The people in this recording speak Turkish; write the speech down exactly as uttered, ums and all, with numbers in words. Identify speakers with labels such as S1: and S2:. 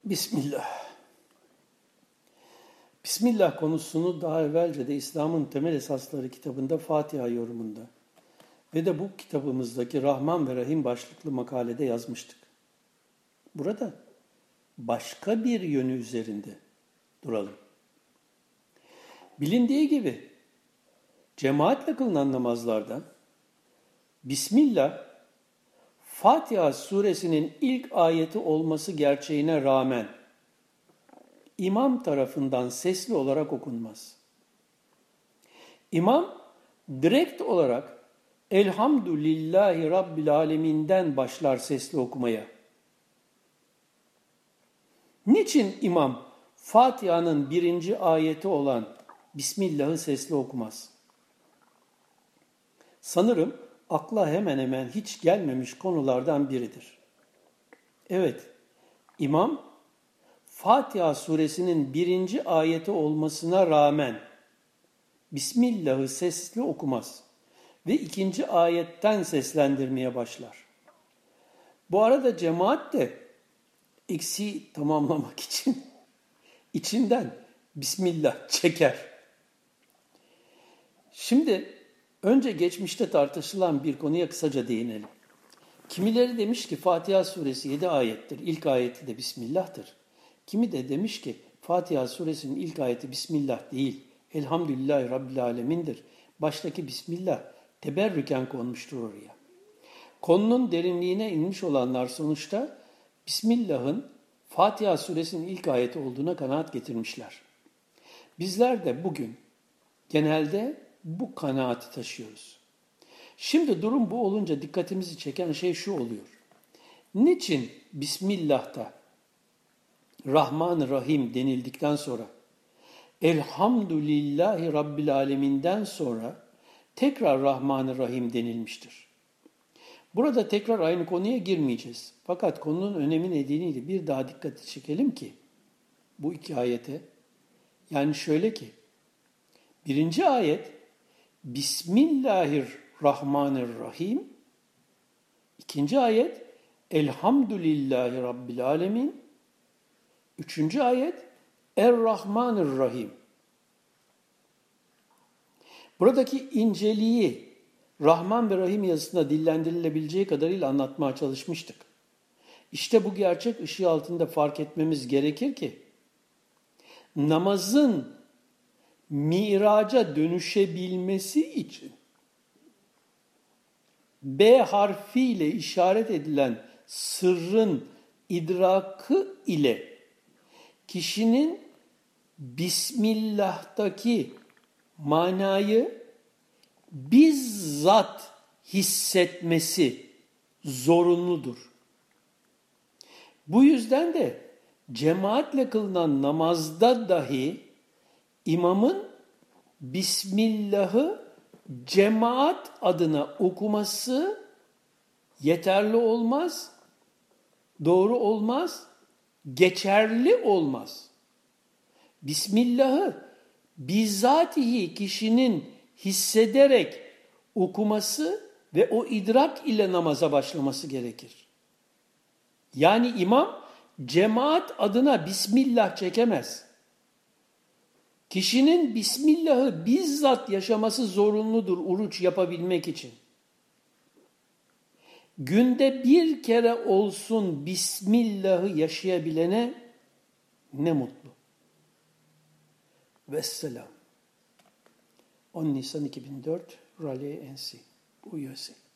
S1: Bismillah. Bismillah konusunu daha evvelce de İslam'ın Temel Esasları kitabında Fatiha yorumunda ve de bu kitabımızdaki Rahman ve Rahim başlıklı makalede yazmıştık. Burada başka bir yönü üzerinde duralım. Bilindiği gibi cemaatle kılınan namazlarda Bismillah, Fatiha suresinin ilk ayeti olması gerçeğine rağmen İmam tarafından sesli olarak okunmaz. İmam direkt olarak Elhamdülillahi Rabbil Alemin'den başlar sesli okumaya. Niçin imam Fatiha'nın birinci ayeti olan Bismillah'ı sesli okumaz? Sanırım akla hemen hemen hiç gelmemiş konulardan biridir. Evet, imam Fatiha suresinin birinci ayeti olmasına rağmen Bismillah'ı sesli okumaz ve ikinci ayetten seslendirmeye başlar. Bu arada cemaat de eksiği tamamlamak için içinden Bismillah çeker. Şimdi önce geçmişte tartışılan bir konuya kısaca değinelim. Kimileri demiş ki Fatiha suresi yedi ayettir, ilk ayeti de Bismillah'tır. Kimi de demiş ki Fatiha suresinin ilk ayeti Bismillah değil, Elhamdülillahi Rabbil Alemin'dir. Baştaki Bismillah teberrüken konmuştur oraya. Konunun derinliğine inmiş olanlar sonuçta Bismillah'ın Fatiha suresinin ilk ayeti olduğuna kanaat getirmişler. Bizler de bugün genelde bu kanaati taşıyoruz. Şimdi durum bu olunca dikkatimizi çeken şey şu oluyor. Niçin Bismillah'ta Rahman-ı Rahim denildikten sonra Elhamdülillahi Rabbil Alemin'den sonra tekrar Rahman-ı Rahim denilmiştir? Burada tekrar aynı konuya girmeyeceğiz. Fakat konunun önemi nedeniyle bir daha dikkati çekelim ki bu iki ayete. Yani şöyle ki birinci ayet Bismillahirrahmanirrahim. İkinci ayet Elhamdülillahi Rabbil Alemin. Üçüncü ayet Er-Rahmanir-Rahim. Buradaki inceliği Rahman ve Rahim yazısında dillendirilebileceği kadarıyla anlatmaya çalışmıştık. İşte bu gerçek ışığı altında fark etmemiz gerekir ki namazın miraca dönüşebilmesi için B harfiyle işaret edilen sırrın idrakı ile kişinin Bismillah'taki manayı bizzat hissetmesi zorunludur. Bu yüzden de cemaatle kılınan namazda dahi imamın Bismillah'ı cemaat adına okuması yeterli olmaz, doğru olmaz, geçerli olmaz. Bismillah'ı bizzatihi kişinin hissederek okuması ve o idrak ile namaza başlaması gerekir. Yani imam cemaat adına Bismillah çekemez. Kişinin Bismillah'ı bizzat yaşaması zorunludur oruç yapabilmek için. Günde bir kere olsun Bismillah'ı yaşayabilene ne mutlu. Vesselam. on Nisan iki bin dört Raleigh N C U S A